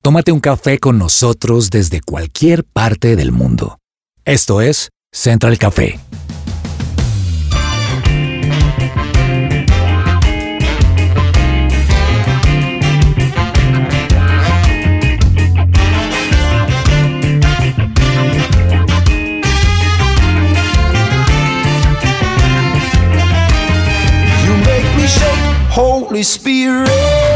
tómate un café con nosotros desde cualquier parte del mundo. Esto es Central Café. Holy Spirit,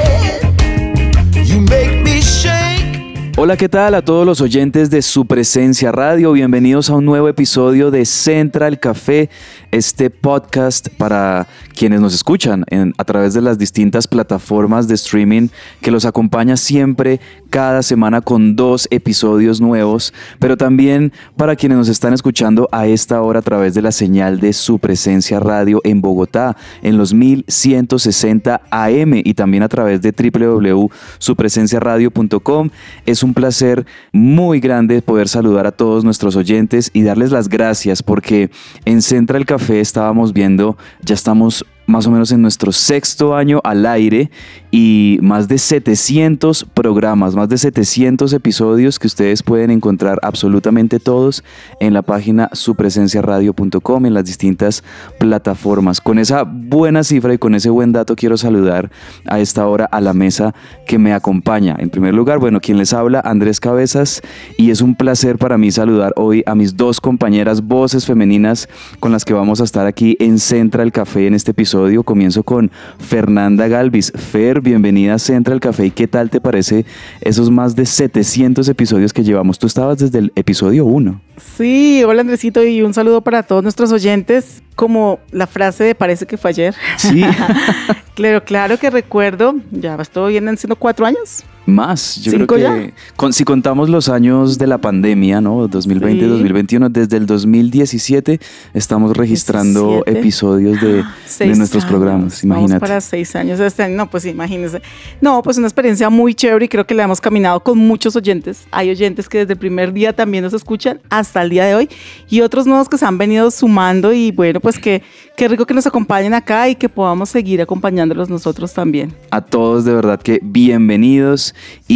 you make me shake. Hola, ¿qué tal a todos los oyentes de Su Presencia Radio? Bienvenidos a un nuevo episodio de Central Café, este podcast para quienes nos escuchan a través de las distintas plataformas de streaming que los acompaña siempre cada semana con 2 episodios nuevos, pero también para quienes nos están escuchando a esta hora a través de la señal de Su Presencia Radio en Bogotá, en los 1160 AM y también a través de www.supresenciaradio.com. Es un placer muy grande poder saludar a todos nuestros oyentes y darles las gracias porque en Central Café estábamos viendo, ya estamos más o menos en nuestro 6º año al aire y más de 700 programas, más de 700 episodios que ustedes pueden encontrar absolutamente todos en la página supresenciaradio.com, en las distintas plataformas. Con esa buena cifra y con ese buen dato quiero saludar a esta hora a la mesa que me acompaña. En primer lugar, bueno, quien les habla, Andrés Cabezas, y es un placer para mí saludar hoy a mis 2 compañeras voces femeninas con las que vamos a estar aquí en Central Café en este episodio. Comienzo con Fernanda Galvis. Fer, bienvenida a Central Café. ¿Y qué tal te parece esos más de 700 episodios que llevamos? Tú estabas desde el episodio 1. Sí, hola Andresito y un saludo para todos nuestros oyentes. Como la frase de parece que fue ayer. Sí. Claro que recuerdo. Ya esto vienen siendo 4 años. Más, yo creo que si contamos los años de la pandemia, ¿no? 2020, sí. 2021, desde el 2017 estamos registrando 17 episodios de nuestros programas, imagínate. Vamos para 6 años este año, no, pues imagínense. No, pues una experiencia muy chévere y creo que la hemos caminado con muchos oyentes. Hay oyentes que desde el primer día también nos escuchan hasta el día de hoy y otros nuevos que se han venido sumando y bueno, pues qué rico que nos acompañen acá y que podamos seguir acompañándolos nosotros también. A todos de verdad que bienvenidos.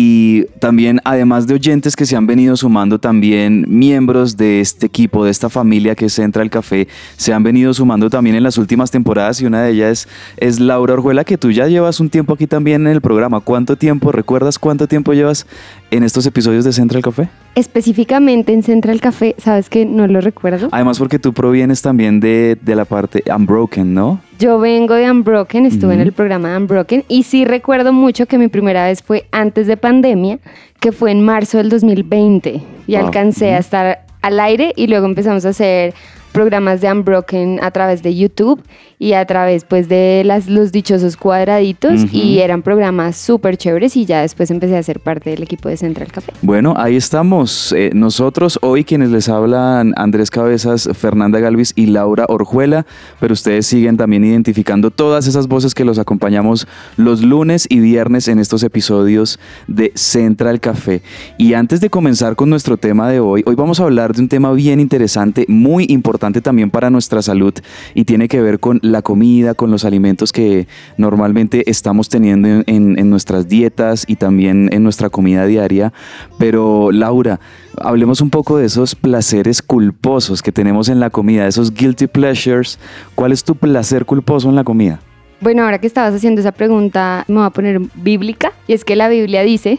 Y también, además de oyentes que se han venido sumando, también miembros de este equipo, de esta familia que es Central Café, se han venido sumando también en las últimas temporadas y una de ellas es Laura Orjuela, que tú ya llevas un tiempo aquí también en el programa. ¿Cuánto tiempo? ¿Recuerdas cuánto tiempo llevas en estos episodios de Central Café? Específicamente en Central Café, ¿sabes que no lo recuerdo? Además porque tú provienes también de la parte Unbroken, ¿no? Yo vengo de Unbroken, estuve en el programa de Unbroken y sí recuerdo mucho que mi primera vez fue antes de pandemia, que fue en marzo del 2020 y alcancé a estar al aire y luego empezamos a hacer programas de Unbroken a través de YouTube y a través pues de los dichosos cuadraditos y eran programas súper chéveres y ya después empecé a ser parte del equipo de Central Café. Bueno, ahí estamos. Nosotros hoy quienes les hablan Andrés Cabezas, Fernanda Galvis y Laura Orjuela, pero ustedes siguen también identificando todas esas voces que los acompañamos los lunes y viernes en estos episodios de Central Café. Y antes de comenzar con nuestro tema de hoy vamos a hablar de un tema bien interesante, muy importante también para nuestra salud y tiene que ver con la comida, con los alimentos que normalmente estamos teniendo en nuestras dietas y también en nuestra comida diaria. Pero Laura, hablemos un poco de esos placeres culposos que tenemos en la comida, esos guilty pleasures. ¿Cuál es tu placer culposo en la comida? Bueno, ahora que estabas haciendo esa pregunta me voy a poner bíblica y es que la Biblia dice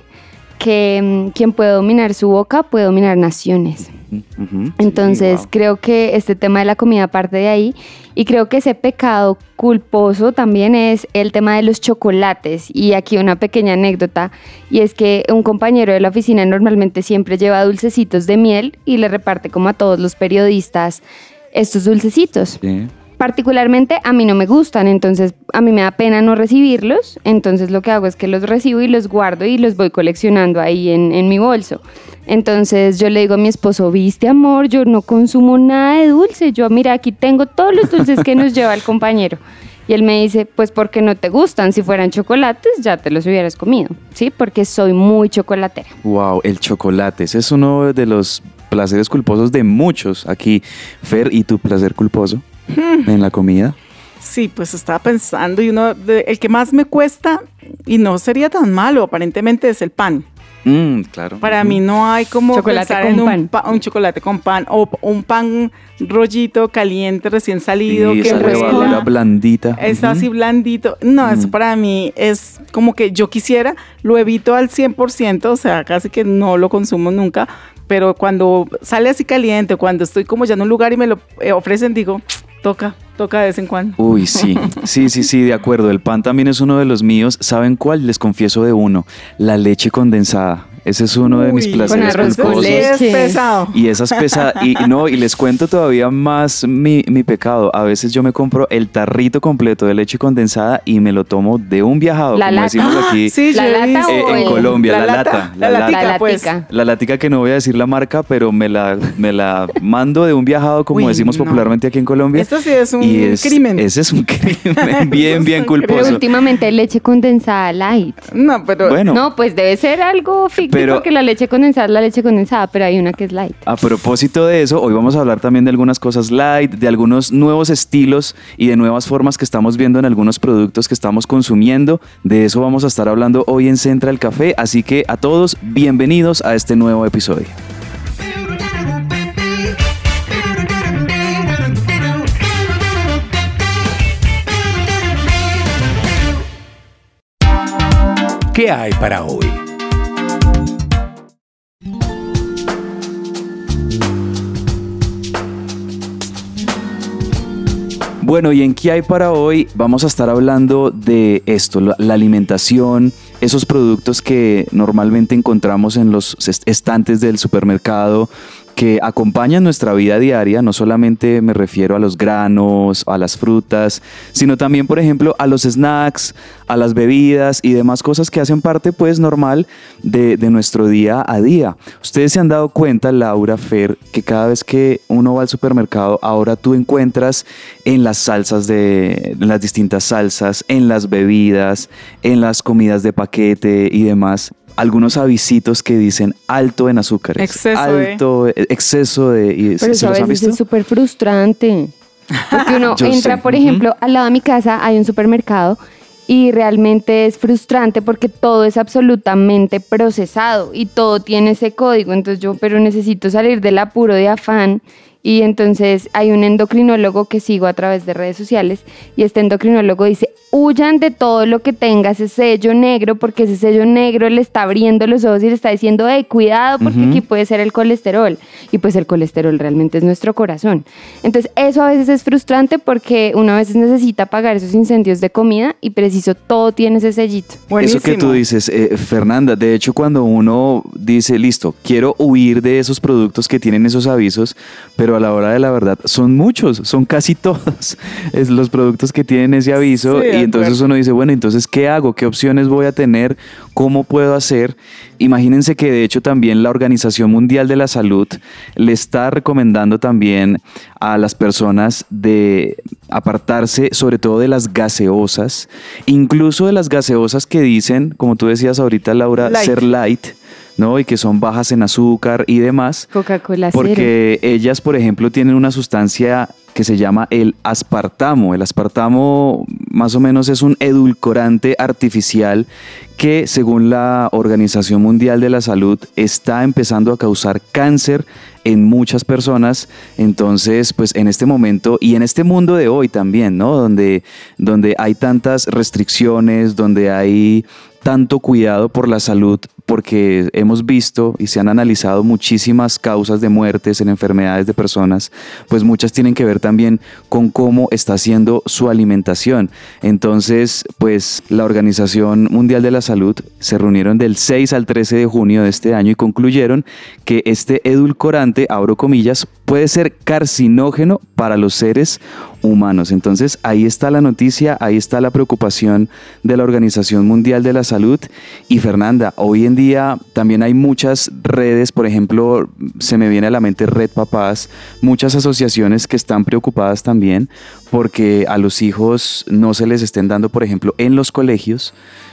que quien puede dominar su boca puede dominar naciones. Entonces creo que este tema de la comida parte de ahí y creo que ese pecado culposo también es el tema de los chocolates y aquí una pequeña anécdota y es que un compañero de la oficina normalmente siempre lleva dulcecitos de miel y le reparte como a todos los periodistas estos dulcecitos. Sí. Particularmente a mí no me gustan, entonces a mí me da pena no recibirlos, entonces lo que hago es que los recibo y los guardo y los voy coleccionando ahí en mi bolso. Entonces yo le digo a mi esposo, viste amor, yo no consumo nada de dulce, yo mira aquí tengo todos los dulces que nos lleva el compañero. Y él me dice, pues porque no te gustan, si fueran chocolates ya te los hubieras comido, ¿sí? Porque soy muy chocolatera. Wow, el chocolate, ese es uno de los placeres culposos de muchos aquí. Fer, ¿y tu placer culposo en la comida? Sí, pues estaba pensando y el que más me cuesta y no sería tan malo aparentemente es el pan. Claro. Para mí no hay como Chocolate pensar con en un chocolate con pan o un pan rollito caliente recién salido Y que esa revela. levadura blandita. Está así blandito. No, eso para mí es como que yo quisiera, lo evito al 100%, o sea, casi que no lo consumo nunca, pero cuando sale así caliente, cuando estoy como ya en un lugar y me lo ofrecen, digo, toca de vez en cuando. Uy, sí, sí, de acuerdo. El pan también es uno de los míos. ¿Saben cuál? Les confieso de uno. La leche condensada. Ese es uno de mis Uy, placeres con arroz con culposos. leche. Es pesado. Y esa es pesada. Y les cuento todavía más mi pecado. A veces yo me compro el tarrito completo de leche condensada y me lo tomo de un viajado, La como lata. decimos aquí Sí, ¿La yo he lata visto. o en el- Colombia. La lata. La latica, pues. latica. La latica que no voy a decir la marca, pero me la mando de un viajado, como Uy, decimos no. popularmente aquí en Colombia. Esto sí es un Y crimen. Ese es un crimen bien un Pero culposo. últimamente hay leche condensada light. No, pero Bueno, No, pues debe ser algo ficticio Pero- porque la leche condensada es la leche condensada, pero hay una que es light. a propósito de eso, hoy vamos a hablar también de algunas cosas light, de algunos nuevos estilos y de nuevas formas que estamos viendo en algunos productos que estamos consumiendo. De eso vamos a estar hablando hoy en Central Café, así que a todos, bienvenidos a este nuevo episodio. ¿Qué hay para hoy? Bueno, y en ¿Qué hay para hoy? Vamos a estar hablando de esto, la alimentación, esos productos que normalmente encontramos en los estantes del supermercado que acompañan nuestra vida diaria. No solamente me refiero a los granos, a las frutas, sino también, por ejemplo, a los snacks, a las bebidas y demás cosas que hacen parte, pues, normal de nuestro día a día. Ustedes se han dado cuenta, Laura, Fer, que cada vez que uno va al supermercado, ahora tú encuentras en las salsas en las distintas salsas, en las bebidas, en las comidas de paquete y demás, algunos avisitos que dicen alto en azúcares, exceso de... Pero ¿se eso a los han veces visto? es súper frustrante. Porque uno Yo entra, sé. por ejemplo, al lado de mi casa hay un supermercado y realmente es frustrante porque todo es absolutamente procesado y todo tiene ese código. Entonces pero necesito salir del apuro de afán. Y entonces hay un endocrinólogo que sigo a través de redes sociales y este endocrinólogo dice, huyan de todo lo que tenga ese sello negro porque ese sello negro le está abriendo los ojos y le está diciendo, cuidado porque aquí puede ser el colesterol. Y pues el colesterol realmente es nuestro corazón. Entonces eso a veces es frustrante porque uno a veces necesita apagar esos incendios de comida y preciso todo tiene ese sellito. Eso que tú dices, Fernanda, de hecho cuando uno dice, listo, quiero huir de esos productos que tienen esos avisos, pero a la hora de la verdad son muchos, son casi todos los productos que tienen ese aviso, Sí, y entonces uno dice, bueno, entonces ¿qué hago? ¿Qué opciones voy a tener? ¿Cómo puedo hacer? Imagínense que de hecho también la Organización Mundial de la Salud le está recomendando también a las personas de apartarse sobre todo de las gaseosas, incluso de las gaseosas que dicen, como tú decías ahorita, Laura, Light. ser light, ¿no? Y que son bajas en azúcar y demás. Coca-Cola cero. Porque ellas, por ejemplo, tienen una sustancia que se llama el aspartamo. El aspartamo más o menos es un edulcorante artificial que, según la Organización Mundial de la Salud, está empezando a causar cáncer en muchas personas. Entonces, pues en este momento y en este mundo de hoy también, ¿no? Donde hay tantas restricciones, donde hay tanto cuidado por la salud, porque hemos visto y se han analizado muchísimas causas de muertes en enfermedades de personas, pues muchas tienen que ver también con cómo está siendo su alimentación. Entonces, pues la Organización Mundial de la Salud se reunieron del 6 al 13 de junio de este año y concluyeron que este edulcorante, abro comillas, puede ser carcinógeno para los seres humanos. Entonces, ahí está la noticia, ahí está la preocupación de la Organización Mundial de la Salud. Y Fernanda, hoy en día también hay muchas redes, por ejemplo, se me viene a la mente Red Papás, muchas asociaciones que están preocupadas también porque a los hijos no se les estén dando, por ejemplo, en los colegios,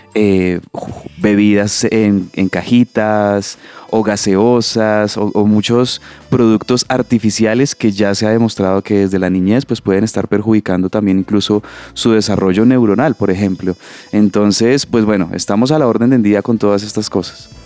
bebidas en cajitas o gaseosas o muchos productos artificiales que ya se ha demostrado que desde la niñez pues pueden estar perjudicando también incluso su desarrollo neuronal, por ejemplo. Entonces, pues bueno, estamos a la orden del día con todas estas cosas.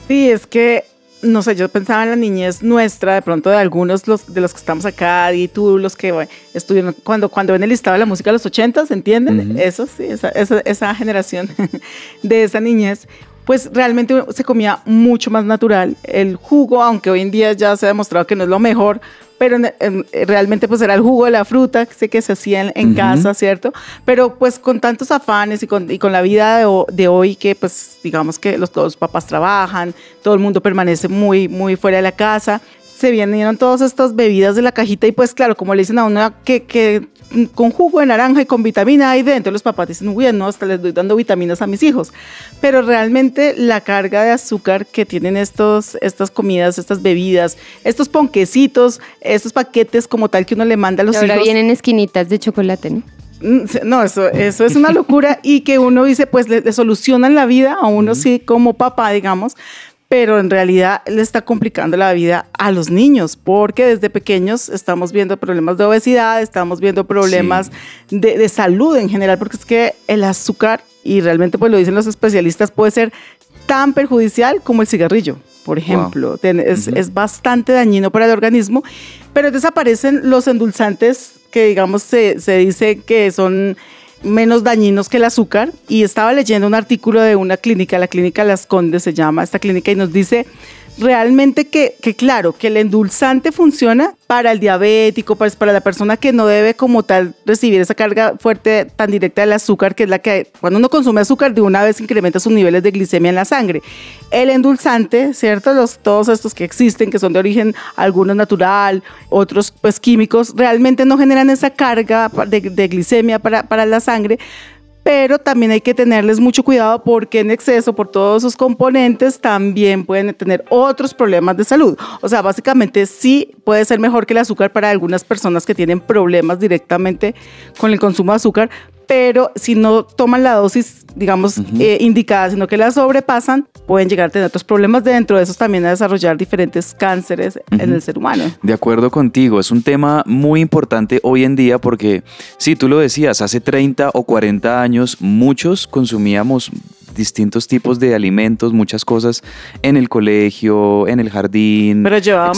Sí, es que, no sé, yo pensaba en la niñez nuestra, de pronto de algunos de los que estamos acá, y tú, los que estuvieron, cuando ven el listado de la música de los 80, ¿se entienden? Eso sí, esa generación de esa niñez, pues realmente se comía mucho más natural. El jugo, aunque hoy en día ya se ha demostrado que no es lo mejor, pero realmente pues era el jugo de la fruta que se hacía en casa, ¿cierto? Pero pues con tantos afanes y con la vida de hoy, que pues digamos que todos los papás trabajan, todo el mundo permanece muy, muy fuera de la casa, se vinieron todas estas bebidas de la cajita y pues claro, como le dicen a uno que con jugo de naranja y con vitamina A y D, entonces los papás dicen, uy, no, hasta les doy dando vitaminas a mis hijos. Pero realmente la carga de azúcar que tienen estas comidas, estas bebidas, estos ponquecitos, estos paquetes como tal que uno le manda a los hijos. Ahora vienen esquinitas de chocolate, ¿no? No, eso es una locura y que uno dice, pues le solucionan la vida a uno, sí, como papá, digamos, pero en realidad le está complicando la vida a los niños, porque desde pequeños estamos viendo problemas de obesidad, estamos viendo problemas de salud en general, porque es que el azúcar, y realmente pues lo dicen los especialistas, puede ser tan perjudicial como el cigarrillo, por ejemplo. Wow. Es bastante dañino para el organismo, pero desaparecen los endulzantes que digamos se dice que son menos dañinos que el azúcar, y estaba leyendo un artículo de una clínica, la clínica Las Condes se llama esta clínica, y nos dice realmente que claro, que el endulzante funciona para el diabético, para la persona que no debe como tal recibir esa carga fuerte tan directa del azúcar, que es la que cuando uno consume azúcar de una vez incrementa sus niveles de glicemia en la sangre. El endulzante, ¿cierto? Todos estos que existen, que son de origen, algunos natural, otros pues químicos, realmente no generan esa carga de glicemia para la sangre, pero también hay que tenerles mucho cuidado porque en exceso, por todos sus componentes, también pueden tener otros problemas de salud. O sea, básicamente sí puede ser mejor que el azúcar para algunas personas que tienen problemas directamente con el consumo de azúcar, pero si no toman la dosis, digamos, indicada, sino que la sobrepasan, pueden llegar a tener otros problemas, dentro de esos también a desarrollar diferentes cánceres en el ser humano. De acuerdo contigo, es un tema muy importante hoy en día porque, sí, tú lo decías, hace 30 o 40 años muchos consumíamos distintos tipos de alimentos, muchas cosas en el colegio, en el jardín, pero llevábamos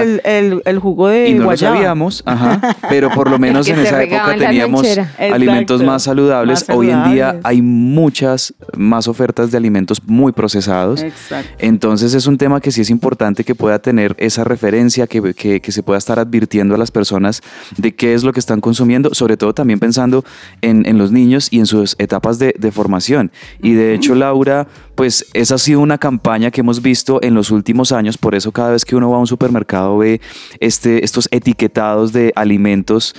el jugo de y no guayaba. Lo sabíamos, pero por lo menos en esa época teníamos alimentos más saludables. Hoy en día hay muchas más ofertas de alimentos muy procesados. Exacto. Entonces es un tema que sí es importante que pueda tener esa referencia, que se pueda estar advirtiendo a las personas de qué es lo que están consumiendo, sobre todo también pensando en los niños y en sus etapas de formación. Y de hecho, Laura, pues esa ha sido una campaña que hemos visto en los últimos años, por eso cada vez que uno va a un supermercado ve estos etiquetados de alimentos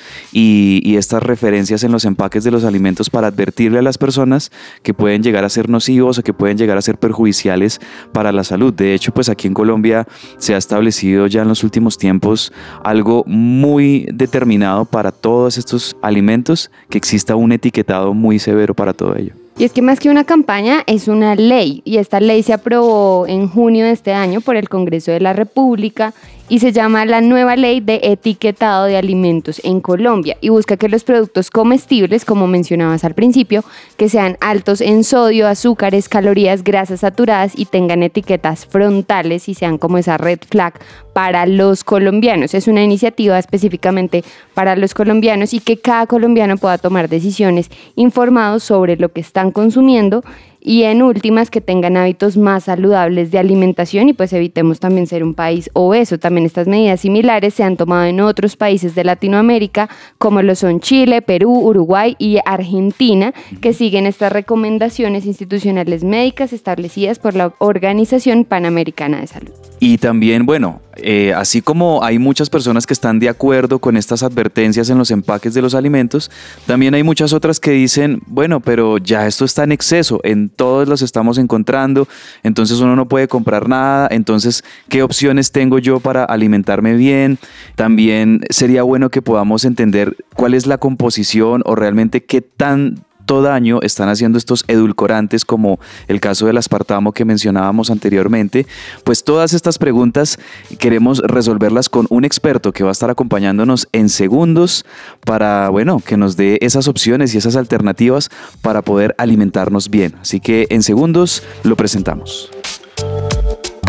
y estas referencias en los empaques de los alimentos para advertirle a las personas que pueden llegar a ser nocivos o que pueden llegar a ser perjudiciales para la salud. De hecho, pues aquí en Colombia se ha establecido ya en los últimos tiempos algo muy determinado para todos estos alimentos, que exista un etiquetado muy severo para todo ello. Y es que más que una campaña, es una ley, y esta ley se aprobó en junio de este año por el Congreso de la República y se llama la nueva Ley de Etiquetado de Alimentos en Colombia, y busca que los productos comestibles, como mencionabas al principio, que sean altos en sodio, azúcares, calorías, grasas saturadas y tengan etiquetas frontales y sean como esa red flag para los colombianos. Es una iniciativa específicamente para los colombianos y que cada colombiano pueda tomar decisiones informados sobre lo que están consumiendo, y en últimas que tengan hábitos más saludables de alimentación, y pues evitemos también ser un país obeso. También estas medidas similares se han tomado en otros países de Latinoamérica, como lo son Chile, Perú, Uruguay y Argentina, que siguen estas recomendaciones institucionales médicas establecidas por la Organización Panamericana de Salud. Y también, bueno, así como hay muchas personas que están de acuerdo con estas advertencias en los empaques de los alimentos, también hay muchas otras que dicen, bueno, pero ya esto está en exceso, en todos los estamos encontrando, entonces uno no puede comprar nada, entonces, ¿qué opciones tengo yo para alimentarme bien? También sería bueno que podamos entender cuál es la composición o realmente qué tanto daño están haciendo estos edulcorantes, como el caso del aspartamo que mencionábamos anteriormente. Pues todas estas preguntas queremos resolverlas con un experto que va a estar acompañándonos en segundos para, bueno, que nos dé esas opciones y esas alternativas para poder alimentarnos bien. Así que en segundos lo presentamos.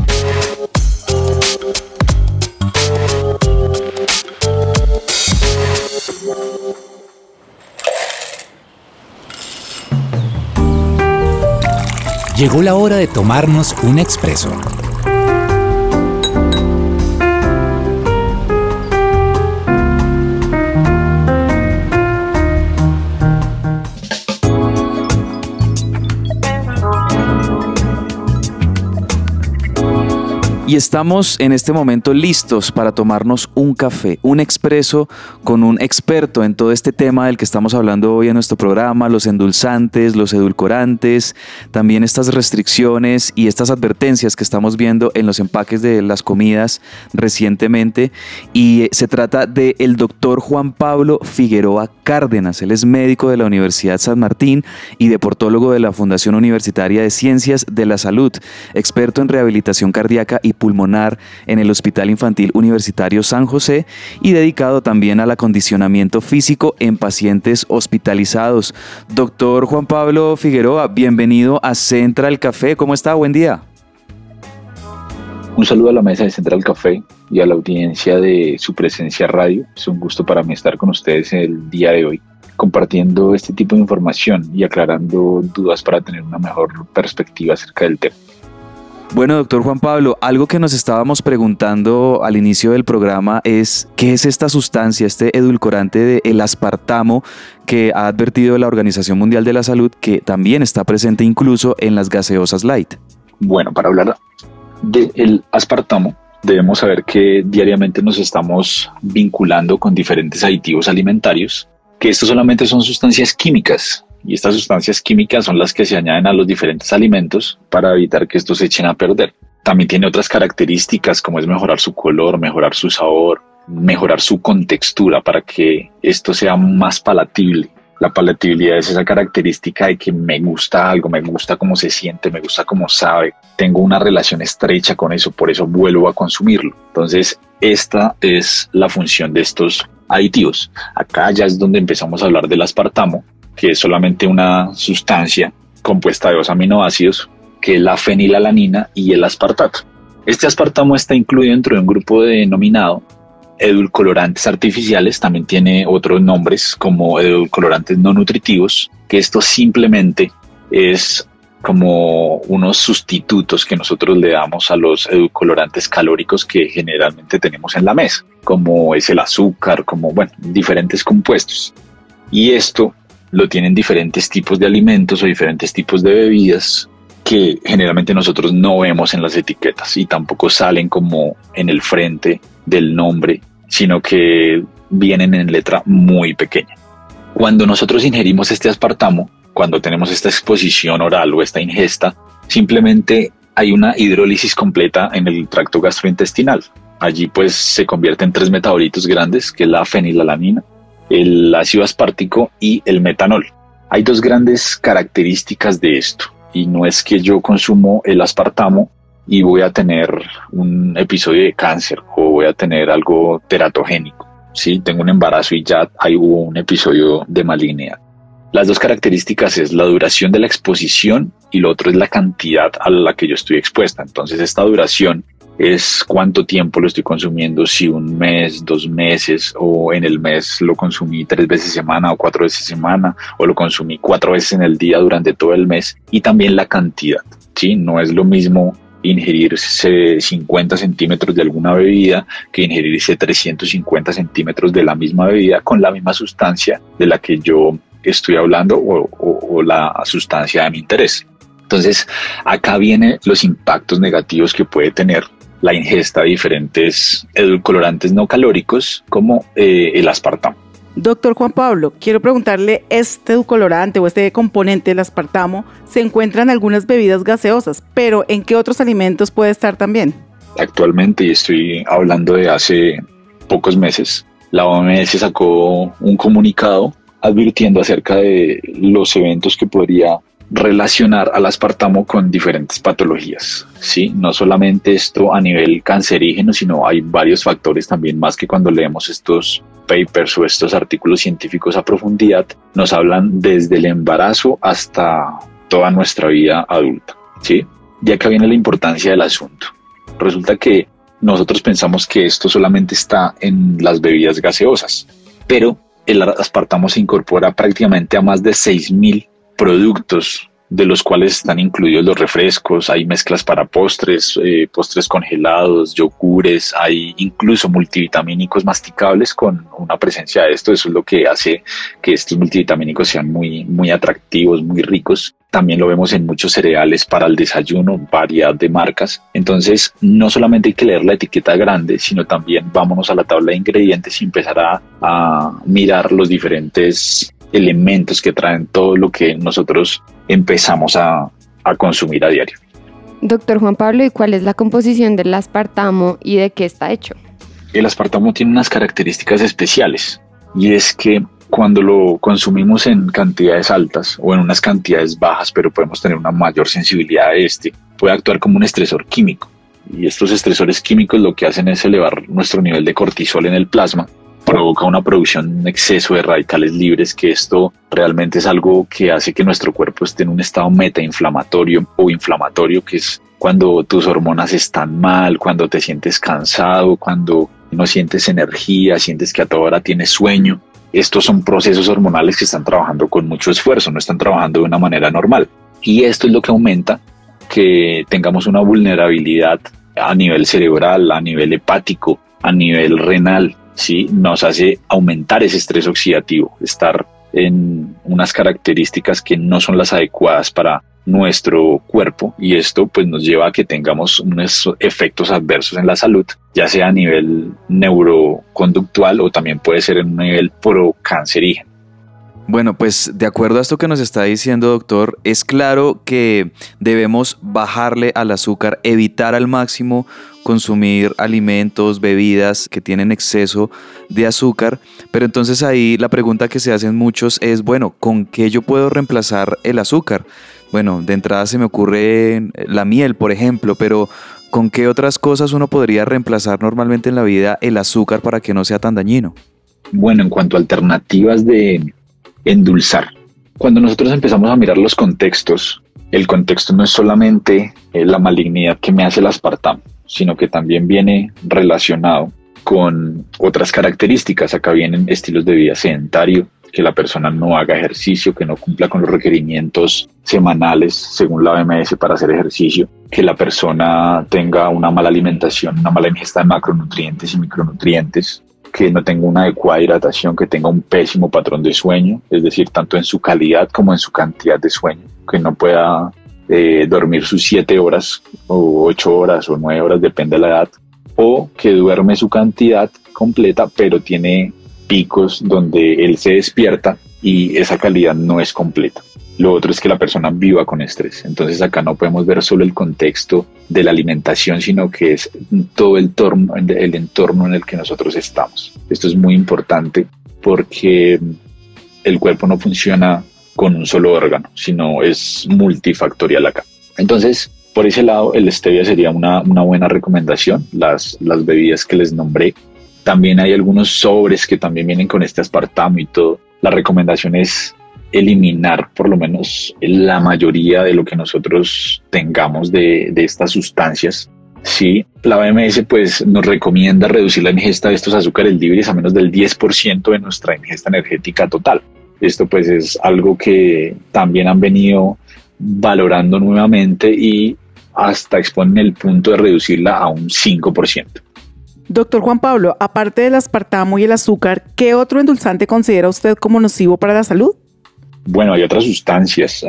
Llegó la hora de tomarnos un expreso. Y estamos en este momento listos para tomarnos un café, un expreso con un experto en todo este tema del que estamos hablando hoy en nuestro programa, los endulzantes, los edulcorantes, también estas restricciones y estas advertencias que estamos viendo en los empaques de las comidas recientemente. Y se trata del doctor Juan Pablo Figueroa Cárdenas. Él es médico de la Universidad San Martín y deportólogo de la Fundación Universitaria de Ciencias de la Salud, experto en rehabilitación cardíaca y pulmonar en el Hospital Infantil Universitario San José y dedicado también al acondicionamiento físico en pacientes hospitalizados. Doctor Juan Pablo Figueroa, bienvenido a Central Café. ¿Cómo está? Buen día. Un saludo a la mesa de Central Café y a la audiencia de su presencia radio. Es un gusto para mí estar con ustedes el día de hoy, compartiendo este tipo de información y aclarando dudas para tener una mejor perspectiva acerca del tema. Bueno, doctor Juan Pablo, algo que nos estábamos preguntando al inicio del programa es ¿qué es esta sustancia, este edulcorante del aspartamo que ha advertido la Organización Mundial de la Salud que también está presente incluso en las gaseosas light? Bueno, para hablar del aspartamo, debemos saber que diariamente nos estamos vinculando con diferentes aditivos alimentarios, que estos solamente son sustancias químicas. Y estas sustancias químicas son las que se añaden a los diferentes alimentos para evitar que estos se echen a perder. También tiene otras características como es mejorar su color, mejorar su sabor, mejorar su contextura para que esto sea más palatable. La palatabilidad es esa característica de que me gusta algo, me gusta cómo se siente, me gusta cómo sabe. Tengo una relación estrecha con eso, por eso vuelvo a consumirlo. Entonces, esta es la función de estos aditivos. Acá ya es donde empezamos a hablar del aspartamo, que es solamente una sustancia compuesta de 2 aminoácidos, que es la fenilalanina y el aspartato. Este aspartamo está incluido dentro de un grupo denominado edulcorantes artificiales, también tiene otros nombres como edulcorantes no nutritivos, que esto simplemente es como unos sustitutos que nosotros le damos a los edulcorantes calóricos que generalmente tenemos en la mesa, como es el azúcar, como diferentes compuestos. Y esto lo tienen diferentes tipos de alimentos o diferentes tipos de bebidas que generalmente nosotros no vemos en las etiquetas y tampoco salen como en el frente del nombre, sino que vienen en letra muy pequeña. Cuando nosotros ingerimos este aspartamo, cuando tenemos esta exposición oral o esta ingesta, simplemente hay una hidrólisis completa en el tracto gastrointestinal. Allí pues se convierte en 3 metabolitos grandes, que es la fenilalanina, el ácido aspartico y el metanol. Hay 2 grandes características de esto, y no es que yo consumo el aspartamo y voy a tener un episodio de cáncer o voy a tener algo teratogénico. Sí, tengo un embarazo y ya hubo un episodio de malignidad. Las 2 características es la duración de la exposición y lo otro es la cantidad a la que yo estoy expuesta. Entonces esta duración es cuánto tiempo lo estoy consumiendo, si 1 mes, 2 meses, o en el mes lo consumí 3 veces semana o 4 veces semana, o lo consumí 4 veces en el día durante todo el mes, y también la cantidad, ¿sí? No es lo mismo ingerirse 50 centímetros de alguna bebida que ingerirse 350 centímetros de la misma bebida con la misma sustancia de la que yo estoy hablando o la sustancia de mi interés. Entonces, acá vienen los impactos negativos que puede tener la ingesta de diferentes edulcorantes no calóricos como el aspartamo. Doctor Juan Pablo, quiero preguntarle, ¿este edulcorante o este componente del aspartamo se encuentra en algunas bebidas gaseosas, pero en qué otros alimentos puede estar también? Actualmente, y estoy hablando de hace pocos meses, la OMS sacó un comunicado advirtiendo acerca de los eventos que podría relacionar al aspartamo con diferentes patologías, ¿sí? No solamente esto a nivel cancerígeno, sino hay varios factores también más que cuando leemos estos papers o estos artículos científicos a profundidad, nos hablan desde el embarazo hasta toda nuestra vida adulta, ¿sí? Y acá viene la importancia del asunto. Resulta que nosotros pensamos que esto solamente está en las bebidas gaseosas, pero el aspartamo se incorpora prácticamente a más de 6.000 productos de los cuales están incluidos los refrescos, hay mezclas para postres, postres congelados, yogures, hay incluso multivitamínicos masticables con una presencia de esto. Eso es lo que hace que estos multivitamínicos sean muy, muy atractivos, muy ricos. También lo vemos en muchos cereales para el desayuno, variedad de marcas. Entonces, no solamente hay que leer la etiqueta grande, sino también vámonos a la tabla de ingredientes y empezar a mirar los diferentes elementos que traen todo lo que nosotros empezamos a consumir a diario. Doctor Juan Pablo, ¿y cuál es la composición del aspartamo y de qué está hecho? El aspartamo tiene unas características especiales y es que cuando lo consumimos en cantidades altas o en unas cantidades bajas, pero podemos tener una mayor sensibilidad a puede actuar como un estresor químico. Y estos estresores químicos lo que hacen es elevar nuestro nivel de cortisol en el plasma, provoca una producción en exceso de radicales libres, que esto realmente es algo que hace que nuestro cuerpo esté en un estado metainflamatorio o inflamatorio, que es cuando tus hormonas están mal, cuando te sientes cansado, cuando no sientes energía, sientes que a toda hora tienes sueño. Estos son procesos hormonales que están trabajando con mucho esfuerzo, no están trabajando de una manera normal. Y esto es lo que aumenta que tengamos una vulnerabilidad a nivel cerebral, a nivel hepático, a nivel renal. ¿Sí? Nos hace aumentar ese estrés oxidativo, estar en unas características que no son las adecuadas para nuestro cuerpo, y esto pues nos lleva a que tengamos unos efectos adversos en la salud, ya sea a nivel neuroconductual o también puede ser en un nivel procancerígeno. Bueno, pues de acuerdo a esto que nos está diciendo, doctor, es claro que debemos bajarle al azúcar, evitar al máximo consumir alimentos, bebidas que tienen exceso de azúcar, pero entonces ahí la pregunta que se hacen muchos es, bueno, ¿con qué yo puedo reemplazar el azúcar? Bueno, de entrada se me ocurre la miel, por ejemplo, pero ¿con qué otras cosas uno podría reemplazar normalmente en la vida el azúcar para que no sea tan dañino? Bueno, en cuanto a alternativas de endulzar, cuando nosotros empezamos a mirar los contextos, el contexto no es solamente la malignidad que me hace el aspartamo, sino que también viene relacionado con otras características. Acá vienen estilos de vida sedentario, que la persona no haga ejercicio, que no cumpla con los requerimientos semanales según la OMS para hacer ejercicio, que la persona tenga una mala alimentación, una mala ingesta de macronutrientes y micronutrientes, que no tenga una adecuada hidratación, que tenga un pésimo patrón de sueño, es decir, tanto en su calidad como en su cantidad de sueño, que no pueda dormir sus 7 horas o 8 horas o 9 horas, depende de la edad, o que duerme su cantidad completa pero tiene picos donde él se despierta y esa calidad no es completa. Lo otro es que la persona viva con estrés. Entonces acá no podemos ver solo el contexto de la alimentación, sino que es todo el entorno en el que nosotros estamos. Esto es muy importante porque el cuerpo no funciona con un solo órgano, sino es multifactorial acá. Entonces, por ese lado, el stevia sería una buena recomendación, las bebidas que les nombré. También hay algunos sobres que también vienen con este aspartamo y todo. La recomendación es eliminar por lo menos la mayoría de lo que nosotros tengamos de estas sustancias. Sí, la OMS pues nos recomienda reducir la ingesta de estos azúcares libres a menos del 10% de nuestra ingesta energética total. Esto pues es algo que también han venido valorando nuevamente y hasta exponen el punto de reducirla a un 5%. Doctor Juan Pablo, aparte del aspartamo y el azúcar, ¿qué otro endulzante considera usted como nocivo para la salud? Bueno, hay otras sustancias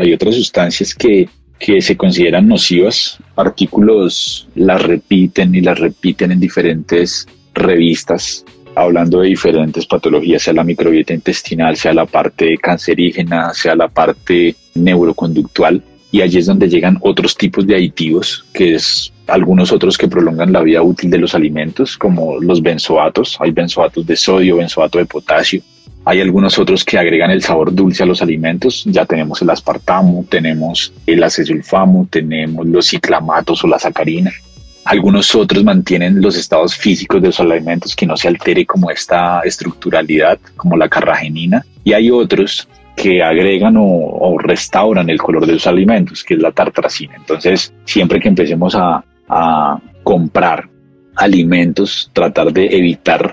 que se consideran nocivas. Artículos las repiten en diferentes revistas, hablando de diferentes patologías, sea la microbiota intestinal, sea la parte cancerígena, sea la parte neuroconductual. Y allí es donde llegan otros tipos de aditivos, que es algunos otros que prolongan la vida útil de los alimentos, como los benzoatos. Hay benzoatos de sodio, benzoato de potasio. Hay algunos otros que agregan el sabor dulce a los alimentos. Ya tenemos el aspartamo, tenemos el acesulfamo, tenemos los ciclamatos o la sacarina. Algunos otros mantienen los estados físicos de los alimentos, que no se altere como esta estructuralidad, como la carragenina. Y hay otros que agregan o restauran el color de los alimentos, que es la tartrazina. Entonces, siempre que empecemos a comprar alimentos, tratar de evitar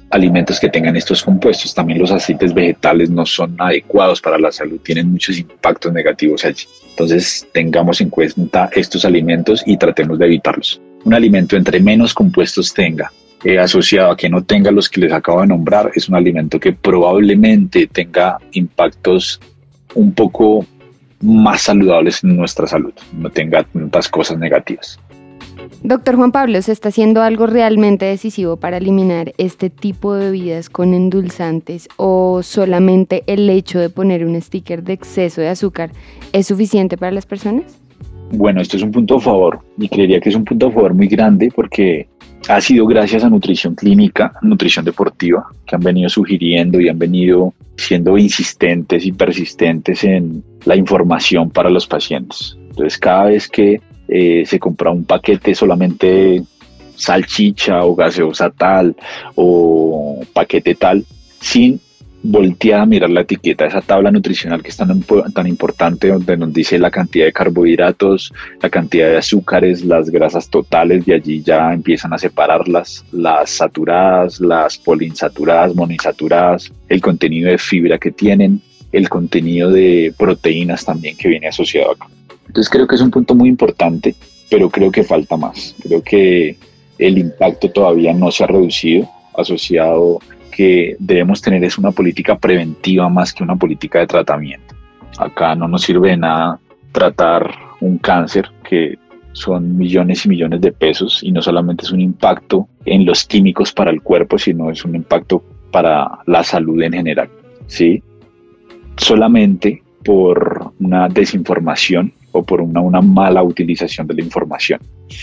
alimentos que tengan estos compuestos. También los aceites vegetales no son adecuados para la salud, tienen muchos impactos negativos allí. Entonces tengamos en cuenta estos alimentos y tratemos de evitarlos. Un alimento entre menos compuestos tenga, asociado a que no tenga los que les acabo de nombrar, es un alimento que probablemente tenga impactos un poco más saludables en nuestra salud, no tenga tantas cosas negativas. Doctor Juan Pablo, ¿se está haciendo algo realmente decisivo para eliminar este tipo de bebidas con endulzantes o solamente el hecho de poner un sticker de exceso de azúcar es suficiente para las personas? Bueno, esto es un punto a favor y creería que es un punto a favor muy grande porque ha sido gracias a nutrición clínica, nutrición deportiva, que han venido sugiriendo y han venido siendo insistentes y persistentes en la información para los pacientes. Entonces, cada vez que se compra un paquete solamente salchicha o gaseosa tal o paquete tal, sin voltear a mirar la etiqueta, esa tabla nutricional que es tan importante, donde nos dice la cantidad de carbohidratos, la cantidad de azúcares, las grasas totales, de allí ya empiezan a separarlas, las saturadas, las poliinsaturadas, monoinsaturadas, el contenido de fibra que tienen, el contenido de proteínas también que viene asociado acá. Entonces creo que es un punto muy importante, pero creo que falta más. Creo que el impacto todavía no se ha reducido, asociado que debemos tener es una política preventiva más que una política de tratamiento. Acá no nos sirve de nada tratar un cáncer que son millones y millones de pesos y no solamente es un impacto en los químicos para el cuerpo, sino es un impacto para la salud en general, ¿sí? Solamente por una desinformación o por una mala utilización de la información.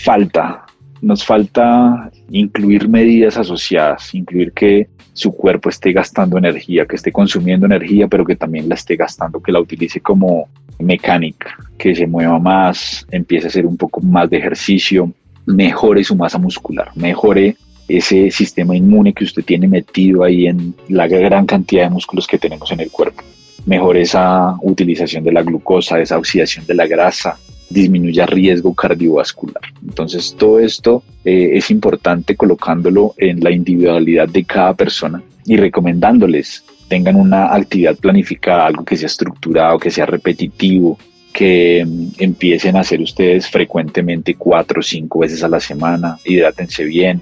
Nos falta incluir medidas asociadas, incluir que su cuerpo esté gastando energía, que esté consumiendo energía, pero que también la esté gastando, que la utilice como mecánica, que se mueva más, empiece a hacer un poco más de ejercicio, mejore su masa muscular, mejore ese sistema inmune que usted tiene metido ahí en la gran cantidad de músculos que tenemos en el cuerpo. Mejore esa utilización de la glucosa, esa oxidación de la grasa, disminuya riesgo cardiovascular. Entonces todo esto es importante colocándolo en la individualidad de cada persona y recomendándoles tengan una actividad planificada, algo que sea estructurado, que sea repetitivo, que empiecen a hacer ustedes frecuentemente 4 o 5 veces a la semana, hidrátense bien.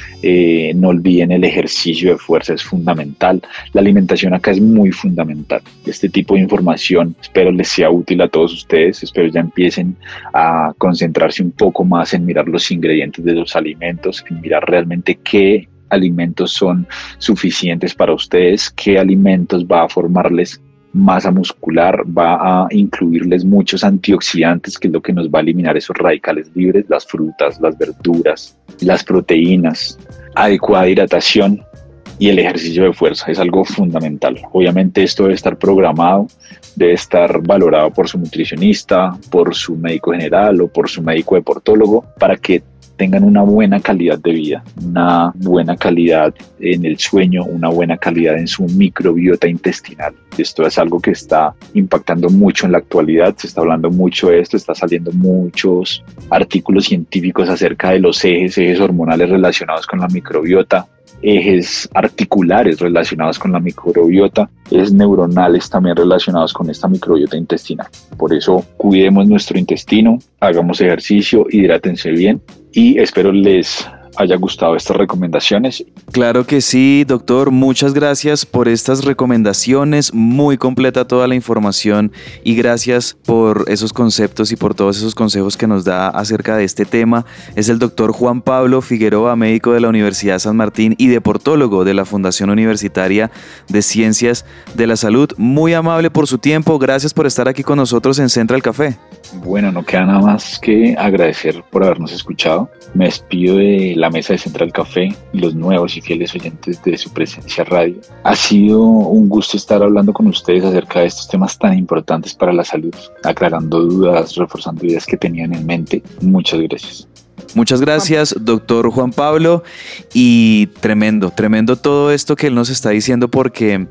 No olviden el ejercicio de fuerza, es fundamental. La alimentación acá es muy fundamental. Este tipo de información espero les sea útil a todos ustedes, espero ya empiecen a concentrarse un poco más en mirar los ingredientes de los alimentos, en mirar realmente qué alimentos son suficientes para ustedes, qué alimentos va a formarles masa muscular, va a incluirles muchos antioxidantes, que es lo que nos va a eliminar esos radicales libres, las frutas, las verduras, las proteínas, adecuada hidratación y el ejercicio de fuerza es algo fundamental. Obviamente esto debe estar programado, debe estar valorado por su nutricionista, por su médico general o por su médico deportólogo para que tengan una buena calidad de vida, una buena calidad en el sueño, una buena calidad en su microbiota intestinal. Esto es algo que está impactando mucho en la actualidad, se está hablando mucho de esto, está saliendo muchos artículos científicos acerca de los ejes hormonales relacionados con la microbiota, ejes articulares relacionados con la microbiota, ejes neuronales también relacionados con esta microbiota intestinal. Por eso cuidemos nuestro intestino, hagamos ejercicio, hidrátense bien y espero les haya gustado estas recomendaciones. Claro que sí, doctor. Muchas gracias por estas recomendaciones. Muy completa toda la información y gracias por esos conceptos y por todos esos consejos que nos da acerca de este tema. Es el doctor Juan Pablo Figueroa, médico de la Universidad San Martín y deportólogo de la Fundación Universitaria de Ciencias de la Salud. Muy amable por su tiempo. Gracias por estar aquí con nosotros en Central Café. Bueno, no queda nada más que agradecer por habernos escuchado. Me despido de la mesa de Central Café y los nuevos y fieles oyentes de su presencia radio. Ha sido un gusto estar hablando con ustedes acerca de estos temas tan importantes para la salud, aclarando dudas, reforzando ideas que tenían en mente. Muchas gracias. Muchas gracias, doctor Juan Pablo. Y tremendo todo esto que él nos está diciendo, porque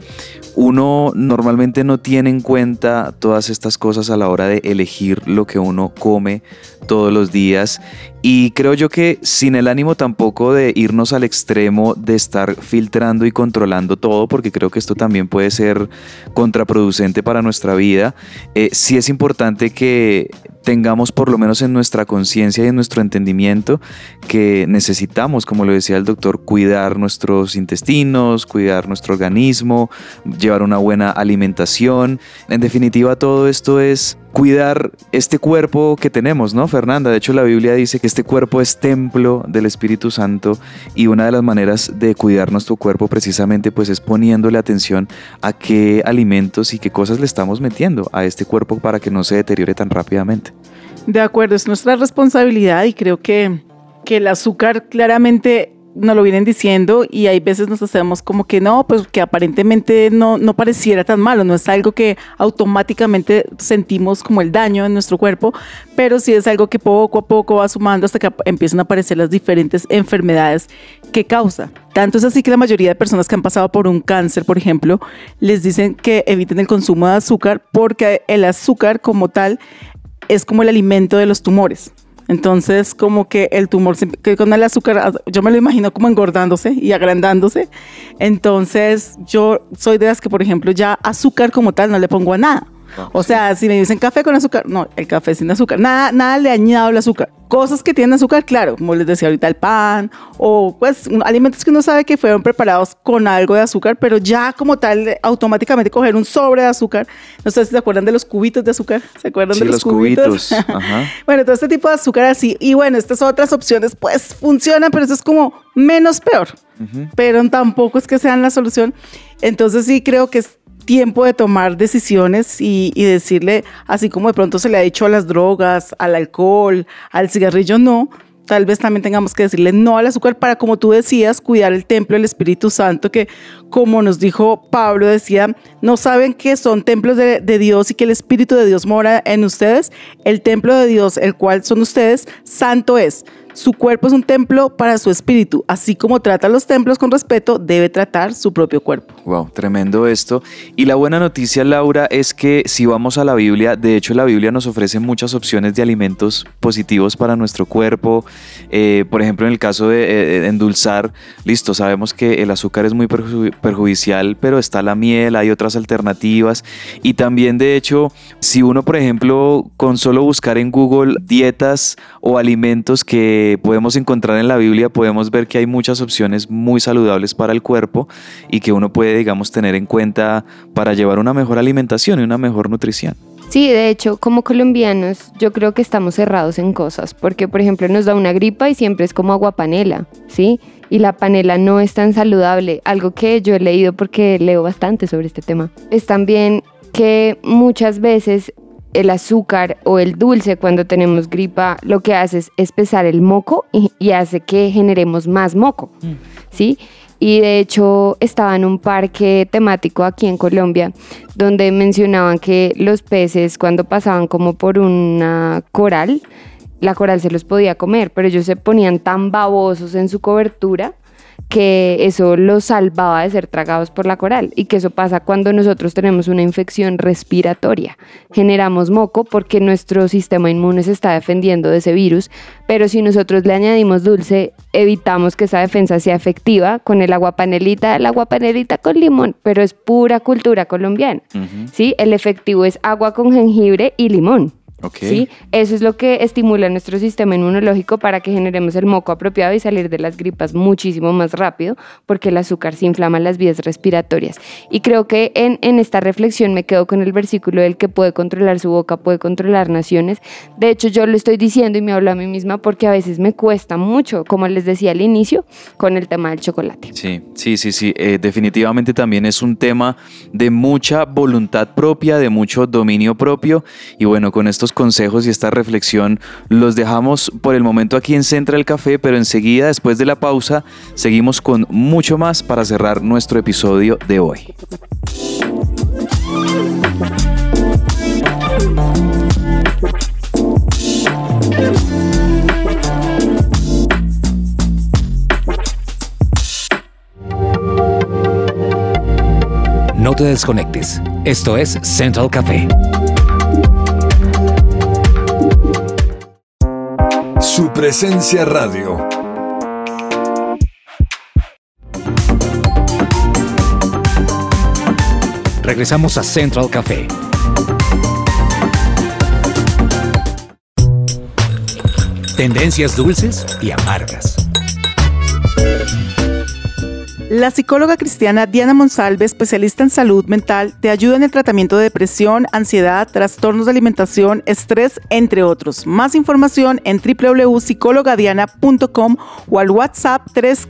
uno normalmente no tiene en cuenta todas estas cosas a la hora de elegir lo que uno come todos los días. Y creo yo que sin el ánimo tampoco de irnos al extremo de estar filtrando y controlando todo, porque creo que esto también puede ser contraproducente para nuestra vida, sí es importante que tengamos por lo menos en nuestra conciencia y en nuestro entendimiento que necesitamos, como lo decía el doctor, cuidar nuestros intestinos, cuidar nuestro organismo, llevar una buena alimentación. En definitiva, todo esto es cuidar este cuerpo que tenemos, ¿no, Fernanda? De hecho, la Biblia dice que este cuerpo es templo del Espíritu Santo, y una de las maneras de cuidar nuestro cuerpo precisamente pues es poniéndole atención a qué alimentos y qué cosas le estamos metiendo a este cuerpo para que no se deteriore tan rápidamente. De acuerdo, es nuestra responsabilidad, y creo que el azúcar claramente nos lo vienen diciendo, y hay veces nos hacemos como que no, pues que aparentemente no pareciera tan malo, no es algo que automáticamente sentimos como el daño en nuestro cuerpo, pero sí es algo que poco a poco va sumando hasta que empiezan a aparecer las diferentes enfermedades que causa. Tanto es así que la mayoría de personas que han pasado por un cáncer, por ejemplo, les dicen que eviten el consumo de azúcar, porque el azúcar como tal es como el alimento de los tumores. Entonces, como que el tumor, que con el azúcar, yo me lo imagino como engordándose y agrandándose. Entonces, yo soy de las que, por ejemplo, ya azúcar como tal no le pongo a nada. O sea, si me dicen café con azúcar, no, el café sin azúcar, nada le he añadido el azúcar. Cosas que tienen azúcar, claro, como les decía ahorita, el pan, o pues alimentos que uno sabe que fueron preparados con algo de azúcar, pero ya como tal, automáticamente coger un sobre de azúcar. No sé si se acuerdan de los cubitos de azúcar, ¿se acuerdan de los cubitos? Ajá. Bueno, todo este tipo de azúcar así, y bueno, estas otras opciones pues funcionan, pero eso es como menos peor, pero tampoco es que sean la solución. Entonces sí creo que es tiempo de tomar decisiones y decirle, así como de pronto se le ha dicho a las drogas, al alcohol, al cigarrillo, no, tal vez también tengamos que decirle no al azúcar para, como tú decías, cuidar el templo del Espíritu Santo, que como nos dijo Pablo, decía, ¿no saben que son templos de Dios y que el Espíritu de Dios mora en ustedes? El templo de Dios, el cual son ustedes, santo es. Su cuerpo es un templo para su espíritu. Así como trata los templos con respeto, debe tratar su propio cuerpo. Wow, tremendo esto. Y la buena noticia, Laura, es que si vamos a la Biblia, de hecho la Biblia nos ofrece muchas opciones de alimentos positivos para nuestro cuerpo. Por ejemplo, en el caso de endulzar, listo, sabemos que el azúcar es muy perjudicial, pero está la miel, hay otras alternativas. Y también, de hecho, si uno, por ejemplo, con solo buscar en Google dietas o alimentos que podemos encontrar en la Biblia, podemos ver que hay muchas opciones muy saludables para el cuerpo y que uno puede, digamos, tener en cuenta para llevar una mejor alimentación y una mejor nutrición. Sí, de hecho, como colombianos, yo creo que estamos cerrados en cosas, porque, por ejemplo, nos da una gripa y siempre es como agua panela, ¿sí? Y la panela no es tan saludable. Algo que yo he leído, porque leo bastante sobre este tema, es también que muchas veces el azúcar o el dulce, cuando tenemos gripa, lo que hace es espesar el moco y hace que generemos más moco, ¿sí? Y de hecho estaba en un parque temático aquí en Colombia donde mencionaban que los peces, cuando pasaban como por una coral, la coral se los podía comer, pero ellos se ponían tan babosos en su cobertura que eso los salvaba de ser tragados por la coral, y que eso pasa cuando nosotros tenemos una infección respiratoria. Generamos moco porque nuestro sistema inmune se está defendiendo de ese virus, pero si nosotros le añadimos dulce, evitamos que esa defensa sea efectiva con el agua panelita con limón, pero es pura cultura colombiana. ¿Sí? El efectivo es agua con jengibre y limón. Okay. ¿Sí? Eso es lo que estimula nuestro sistema inmunológico para que generemos el moco apropiado y salir de las gripas muchísimo más rápido, porque el azúcar se inflama en las vías respiratorias. Y creo que en esta reflexión me quedo con el versículo del que puede controlar su boca, puede controlar naciones. De hecho, yo lo estoy diciendo y me hablo a mí misma porque a veces me cuesta mucho, como les decía al inicio, con el tema del chocolate. Sí. Definitivamente también es un tema de mucha voluntad propia, de mucho dominio propio. Y bueno, con estos consejos y esta reflexión los dejamos por el momento aquí en Central Café, pero enseguida, después de la pausa, seguimos con mucho más para cerrar nuestro episodio de hoy. No te desconectes. Esto es Central Café. Su presencia radio. Regresamos a Central Café. Tendencias dulces y amargas. La psicóloga cristiana Diana Monsalve, especialista en salud mental, te ayuda en el tratamiento de depresión, ansiedad, trastornos de alimentación, estrés, entre otros. Más información en www.psicologadiana.com o al WhatsApp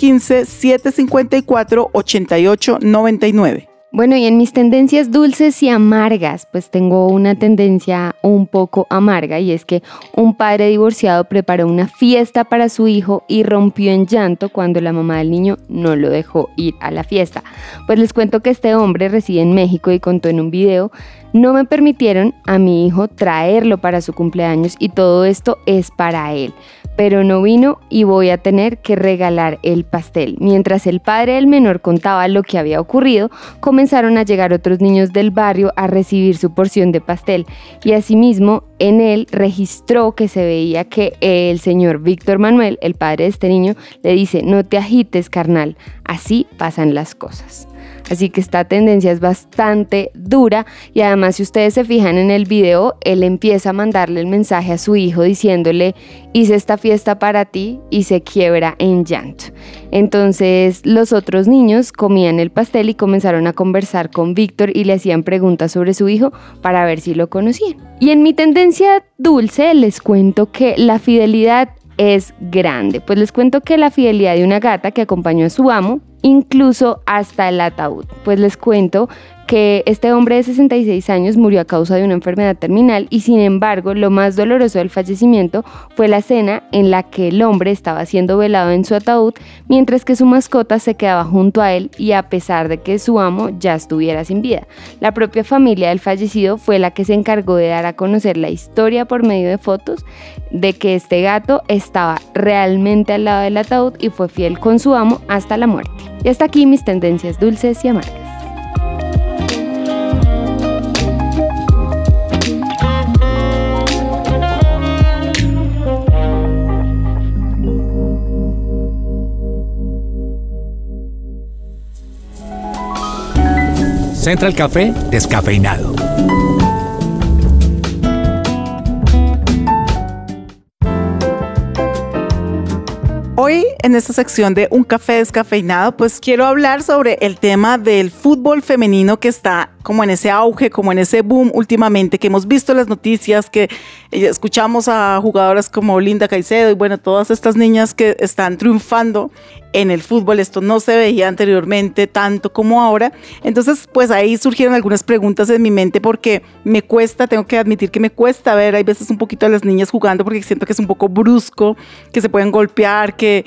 315-754-8899. Bueno, y en mis tendencias dulces y amargas, pues tengo una tendencia un poco amarga, y es que un padre divorciado preparó una fiesta para su hijo y rompió en llanto cuando la mamá del niño no lo dejó ir a la fiesta. Pues les cuento que este hombre reside en México y contó en un video: no me permitieron a mi hijo traerlo para su cumpleaños y todo esto es para él, pero no vino y voy a tener que regalar el pastel. Mientras el padre del menor contaba lo que había ocurrido, comenzaron a llegar otros niños del barrio a recibir su porción de pastel, y asimismo en él registró que se veía que el señor Víctor Manuel, el padre de este niño, le dice: no te agites, carnal, así pasan las cosas. Así que esta tendencia es bastante dura, y además, si ustedes se fijan en el video, él empieza a mandarle el mensaje a su hijo diciéndole: hice esta fiesta para ti, y se quiebra en llanto. Entonces los otros niños comían el pastel y comenzaron a conversar con Víctor y le hacían preguntas sobre su hijo para ver si lo conocían. Y en mi tendencia dulce les cuento que la fidelidad es grande. Pues les cuento que la fidelidad de una gata que acompañó a su amo, incluso hasta el ataúd. Pues les cuento que este hombre de 66 años murió a causa de una enfermedad terminal, y sin embargo lo más doloroso del fallecimiento fue la cena en la que el hombre estaba siendo velado en su ataúd, mientras que su mascota se quedaba junto a él, y a pesar de que su amo ya estuviera sin vida. La propia familia del fallecido fue la que se encargó de dar a conocer la historia por medio de fotos de que este gato estaba realmente al lado del ataúd y fue fiel con su amo hasta la muerte. Y hasta aquí mis tendencias dulces y amargas. Central Café descafeinado. Hoy en esta sección de Un Café Descafeinado, pues quiero hablar sobre el tema del fútbol femenino, que está como en ese auge, como en ese boom últimamente, que hemos visto las noticias, que escuchamos a jugadoras como Linda Caicedo y bueno, todas estas niñas que están triunfando en el fútbol. Esto no se veía anteriormente tanto como ahora. Entonces, pues ahí surgieron algunas preguntas en mi mente, porque me cuesta, tengo que admitir que me cuesta ver, hay veces un poquito a las niñas jugando, porque siento que es un poco brusco, que se pueden golpear, que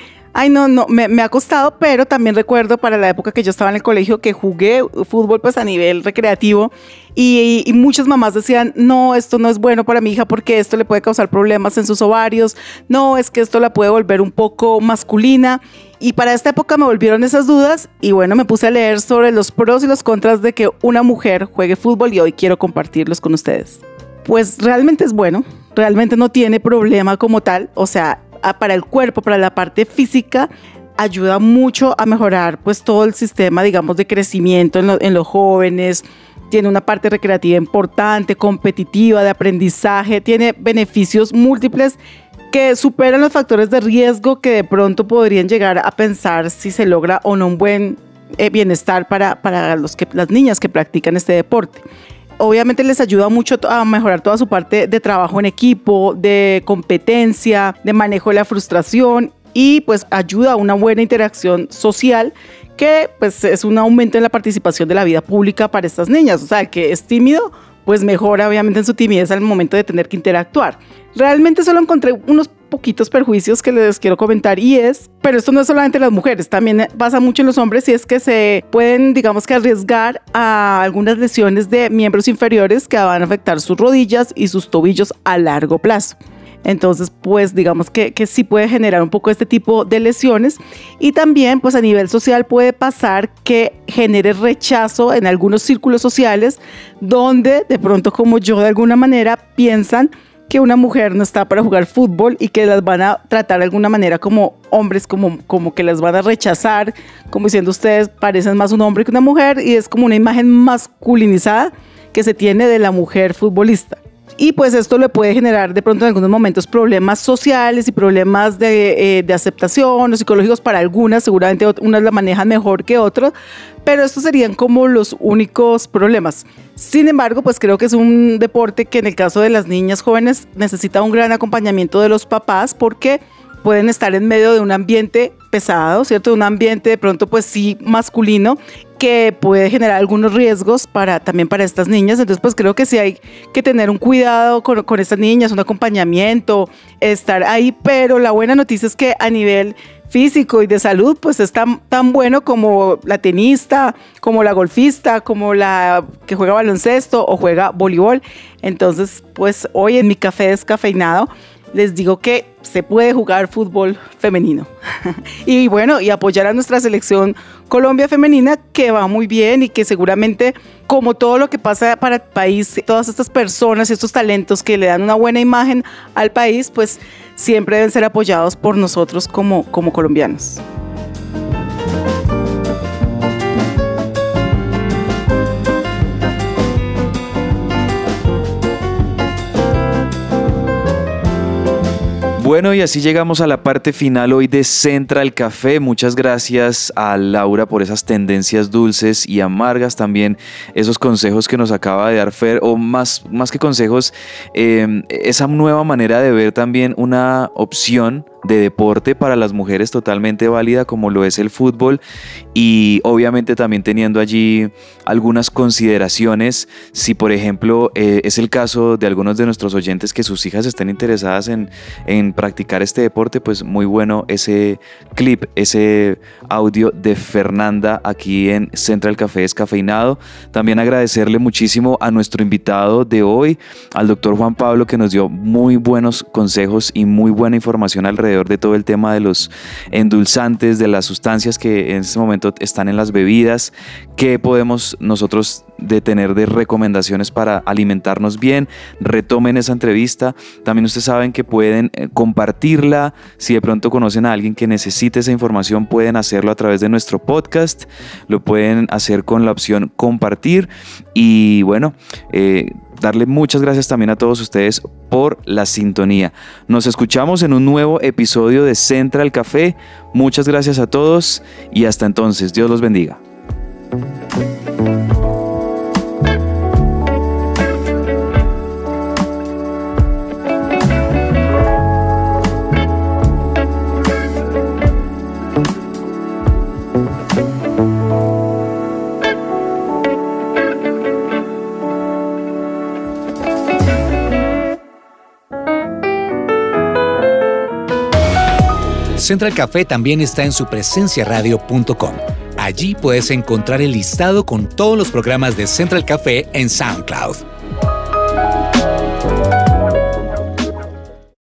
me ha costado, pero también recuerdo para la época que yo estaba en el colegio que jugué fútbol pues a nivel recreativo, y muchas mamás decían: no, esto no es bueno para mi hija porque esto le puede causar problemas en sus ovarios, no, es que esto la puede volver un poco masculina. Y para esta época me volvieron esas dudas, y bueno, me puse a leer sobre los pros y los contras de que una mujer juegue fútbol, y hoy quiero compartirlos con ustedes. Pues realmente es bueno, realmente no tiene problema como tal, o sea, para el cuerpo, para la parte física, ayuda mucho a mejorar pues todo el sistema, digamos, de crecimiento en los jóvenes. Tiene una parte recreativa importante, competitiva, de aprendizaje, tiene beneficios múltiples que superan los factores de riesgo que de pronto podrían llegar a pensar si se logra o no un buen bienestar para las niñas que practican este deporte. Obviamente les ayuda mucho a mejorar toda su parte de trabajo en equipo, de competencia, de manejo de la frustración, y pues ayuda a una buena interacción social, que pues es un aumento en la participación de la vida pública para estas niñas. O sea, el que es tímido pues mejora obviamente en su timidez al momento de tener que interactuar. Realmente solo encontré unos poquitos perjuicios que les quiero comentar, pero esto no es solamente las mujeres, también pasa mucho en los hombres, y es que se pueden, digamos que, arriesgar a algunas lesiones de miembros inferiores que van a afectar sus rodillas y sus tobillos a largo plazo. Entonces, pues digamos que sí puede generar un poco este tipo de lesiones. Y también, pues a nivel social puede pasar que genere rechazo en algunos círculos sociales donde de pronto, como yo de alguna manera, piensan que una mujer no está para jugar fútbol y que las van a tratar de alguna manera como hombres, como que las van a rechazar, como diciendo ustedes parecen más un hombre que una mujer, y es como una imagen masculinizada que se tiene de la mujer futbolista. Y pues esto le puede generar de pronto en algunos momentos problemas sociales y problemas de aceptación o psicológicos para algunas, seguramente unas la manejan mejor que otras, pero estos serían como los únicos problemas. Sin embargo, pues creo que es un deporte que en el caso de las niñas jóvenes necesita un gran acompañamiento de los papás, porque pueden estar en medio de un ambiente pesado, ¿cierto? De un ambiente de pronto pues sí masculino, que puede generar algunos riesgos también para estas niñas. Entonces pues creo que sí hay que tener un cuidado con estas niñas, un acompañamiento, estar ahí, pero la buena noticia es que a nivel físico y de salud pues es tan bueno como la tenista, como la golfista, como la que juega baloncesto o juega voleibol. Entonces pues hoy en mi café descafeinado les digo que se puede jugar fútbol femenino. Y bueno, y apoyar a nuestra selección Colombia femenina, que va muy bien y que seguramente, como todo lo que pasa para el país, todas estas personas y estos talentos que le dan una buena imagen al país, pues siempre deben ser apoyados por nosotros como colombianos. Bueno, y así llegamos a la parte final hoy de Central Café. Muchas gracias a Laura por esas tendencias dulces y amargas, también esos consejos que nos acaba de dar Fer, o más que consejos, esa nueva manera de ver también una opción de deporte para las mujeres totalmente válida como lo es el fútbol, y obviamente también teniendo allí algunas consideraciones si por ejemplo es el caso de algunos de nuestros oyentes que sus hijas estén interesadas en practicar este deporte. Pues muy bueno ese clip, ese audio de Fernanda aquí en Central Café Descafeinado. También agradecerle muchísimo a nuestro invitado de hoy, al doctor Juan Pablo, que nos dio muy buenos consejos y muy buena información alrededor de todo el tema de los endulzantes, de las sustancias que en este momento están en las bebidas, qué podemos nosotros tener de recomendaciones para alimentarnos bien. Retomen esa entrevista. También ustedes saben que pueden compartirla. Si de pronto conocen a alguien que necesite esa información, pueden hacerlo a través de nuestro podcast. Lo pueden hacer con la opción compartir. Y bueno, darle muchas gracias también a todos ustedes por la sintonía. Nos escuchamos en un nuevo episodio de Central Café. Muchas gracias a todos y hasta entonces. Dios los bendiga. Central Café también está en supresenciaradio.com. Allí puedes encontrar el listado con todos los programas de Central Café en SoundCloud.